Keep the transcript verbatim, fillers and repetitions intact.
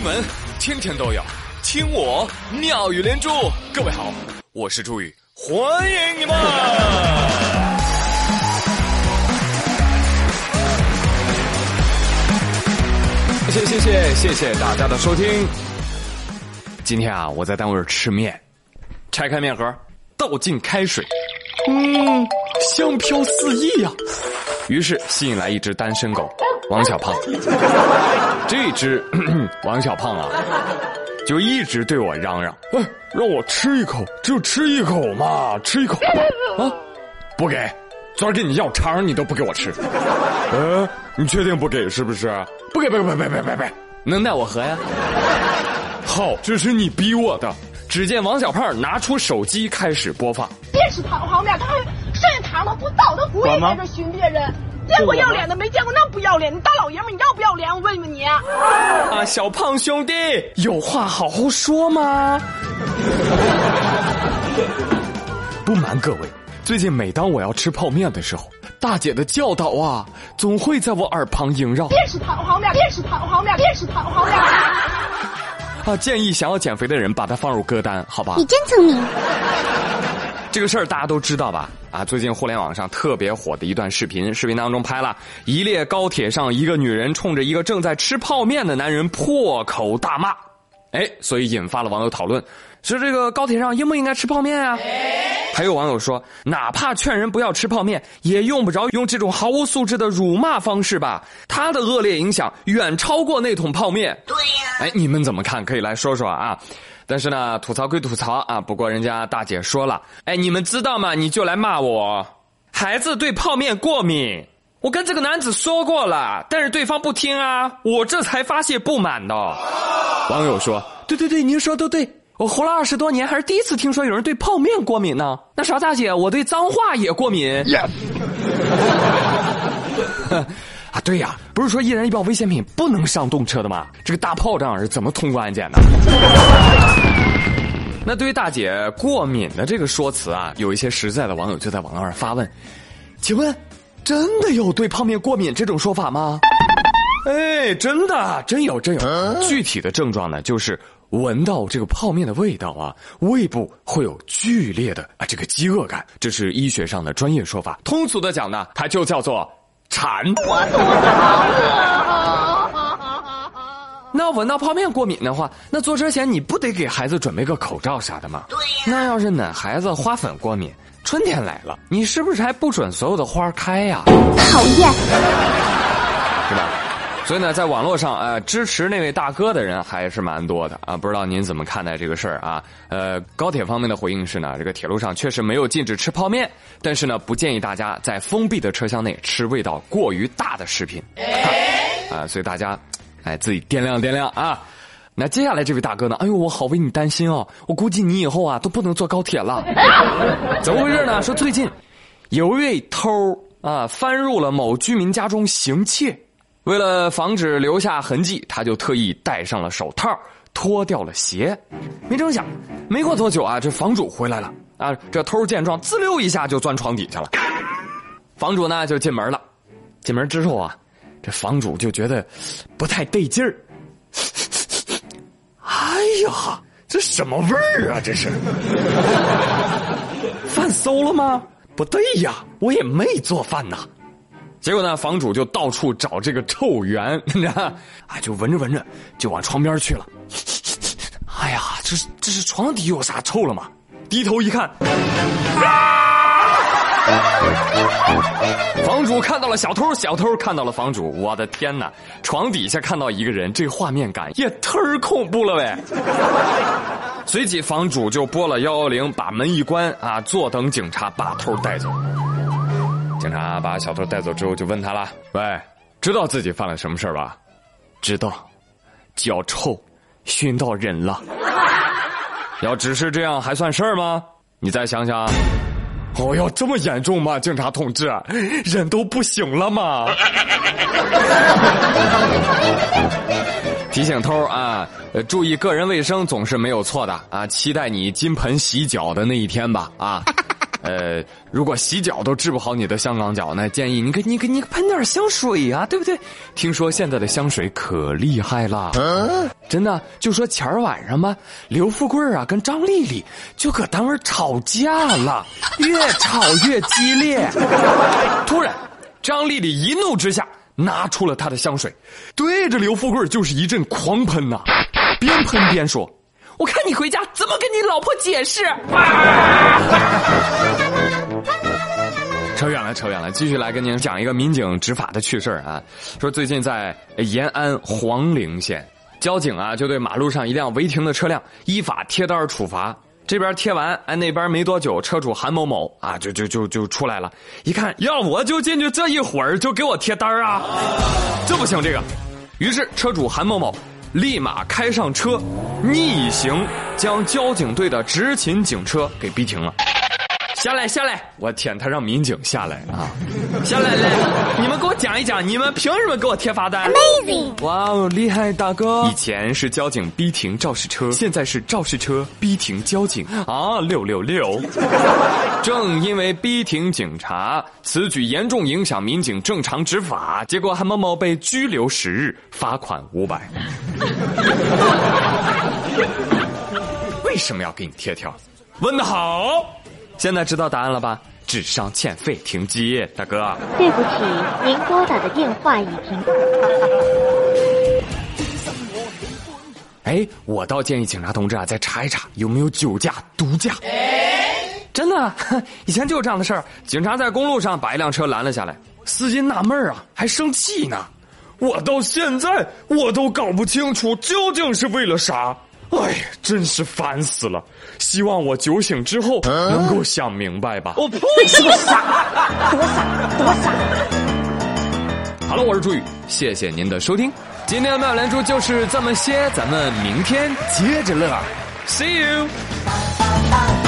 门天天都有，听我妙语连珠。各位好，我是朱宇，欢迎你们。谢谢谢谢谢大家的收听。今天啊，我在单位吃面，拆开面盒，倒进开水，嗯，香飘四溢呀、啊。于是吸引来一只单身狗王小胖。这只王小胖啊，就一直对我嚷嚷：“哎，让我吃一口，就吃一口嘛，吃一口啊！不给，昨儿跟你要肠你都不给我吃。呃，你确定不给是不是？不给，不给，不给，不给，不给，能奈我何呀？好，这是你逼我的。”只见王小胖拿出手机开始播放。 别吃糖旁边，他还摄糖都不倒的，故意在这熏别人。见过要脸的没见过那不要脸，你大老爷们你要不要脸？我问问你。啊， 小胖兄弟，有话好好说吗？不瞒各位，最近每当我要吃泡面的时候，大姐的教导啊，总会在我耳旁萦绕。 别吃糖旁边，别吃糖旁边，别吃糖旁边。 啊，建议想要减肥的人把它放入歌单，好吧？ 你真聪明。 这个事儿大家都知道吧？啊，最近互联网上特别火的一段视频，视频当中拍了一列高铁上一个女人冲着一个正在吃泡面的男人破口大骂，哎，所以引发了网友讨论，说这个高铁上应不应该吃泡面啊？还有网友说，哪怕劝人不要吃泡面，也用不着用这种毫无素质的辱骂方式吧？它的恶劣影响远超过那桶泡面。 对呀。 哎，你们怎么看？可以来说说啊。但是呢，吐槽归吐槽啊，不过人家大姐说了，哎，你们知道吗？你就来骂我，孩子对泡面过敏，我跟这个男子说过了，但是对方不听啊，我这才发泄不满的。网友说，对对对，您说都对，我活了二十多年，还是第一次听说有人对泡面过敏呢。那啥大姐，我对脏话也过敏。Yes 啊，对呀，不是说一人一包危险品不能上动车的吗？这个大炮仗是怎么通过安检的？那对于大姐过敏的这个说辞啊，有一些实在的网友就在网络上发问，请问真的有对泡面过敏这种说法吗？哎，真的，真有真有。具体的症状呢，就是闻到这个泡面的味道啊，胃部会有剧烈的啊这个饥饿感，这是医学上的专业说法。通俗的讲呢，它就叫做馋。我肚子好饿。那闻到泡面过敏的话，那坐车前你不得给孩子准备个口罩啥的吗？对呀。那要是哪孩子花粉过敏，春天来了，你是不是还不准所有的花开呀？ 讨厌。 是吧？所以呢，在网络上呃支持那位大哥的人还是蛮多的啊，不知道您怎么看待这个事儿啊？呃，高铁方面的回应是呢，这个铁路上确实没有禁止吃泡面，但是呢，不建议大家在封闭的车厢内吃味道过于大的食品。啊，所以大家哎自己掂量掂量啊。那接下来这位大哥呢？哎呦，我好为你担心哦，我估计你以后啊都不能坐高铁了。怎么回事呢？说最近有一位偷啊翻入了某居民家中行窃。为了防止留下痕迹，他就特意戴上了手套，脱掉了鞋。没成想，没过多久啊，这房主回来了啊！这偷见状，滋溜一下就钻床底下了。房主呢就进门了，进门之后啊，这房主就觉得不太对劲儿。哎呀，这什么味儿啊？这是饭馊了吗？不对呀，我也没做饭呐。结果呢，房主就到处找这个臭源，你知道吗？啊，就闻着闻着就往床边去了。哎呀，这是这是床底有啥臭了吗？低头一看，啊！房主看到了小偷，小偷看到了房主，我的天哪！床底下看到一个人，这画面感也忒恐怖了呗。随即房主就拨了一一零，把门一关啊，坐等警察把偷带走。警察把小偷带走之后就问他了，喂，知道自己犯了什么事吧？知道，脚臭熏到人了。要只是这样还算事儿吗？你再想想。哦哟，这么严重吗？警察同志，人都不行了吗？提醒偷啊，呃，注意个人卫生总是没有错的啊！期待你金盆洗脚的那一天吧啊！ 呃，如果洗脚都治不好你的香港脚，那建议你给你给你喷点香水啊，对不对？听说现在的香水可厉害了，嗯、真的，就说前儿晚上吧，刘富贵啊跟张丽丽就搁单位吵架了，越吵越激烈。突然，张丽丽一怒之下拿出了她的香水，对着刘富贵就是一阵狂喷呐、啊，边喷边说。我看你回家怎么跟你老婆解释？扯远了，扯远了，继续来跟您讲一个民警执法的趣事啊。说最近在延安黄陵县，交警啊就对马路上一辆违停的车辆依法贴单处罚。这边贴完，哎，那边没多久，车主韩某某啊就就就就出来了，一看要我就进去，这一会儿就给我贴单啊，这不行这个。于是车主韩某某立马开上车，逆行将交警队的执勤警车给逼停了。下来下来，我天，他让民警下来啊！下来来，你们给我讲一讲，你们凭什么给我贴罚单 ？Amazing！ 哇哦，厉害，大哥！以前是交警逼停肇事车，现在是肇事车逼停交警啊！六六六！正因为逼停警察，此举严重影响民警正常执法，结果韩某某被拘留十日，罚款五百。为什么要给你贴条？问得好！现在知道答案了吧？智商欠费停机，大哥。 对不起，您拨打的电话已停。 哎，我倒建议警察同志啊，再查一查有没有酒驾、毒驾。真的，以前就有这样的事儿。警察在公路上把一辆车拦了下来，司机纳闷啊，还生气呢。我到现在我都搞不清楚究竟是为了啥。哎呀，真是烦死了！希望我酒醒之后能够想明白吧。我、哦、呸！ 你是个傻，多傻，多傻！ 好了，我是朱宇，谢谢您的收听。今天的妙连珠就是这么些，咱们明天接着乐。See you。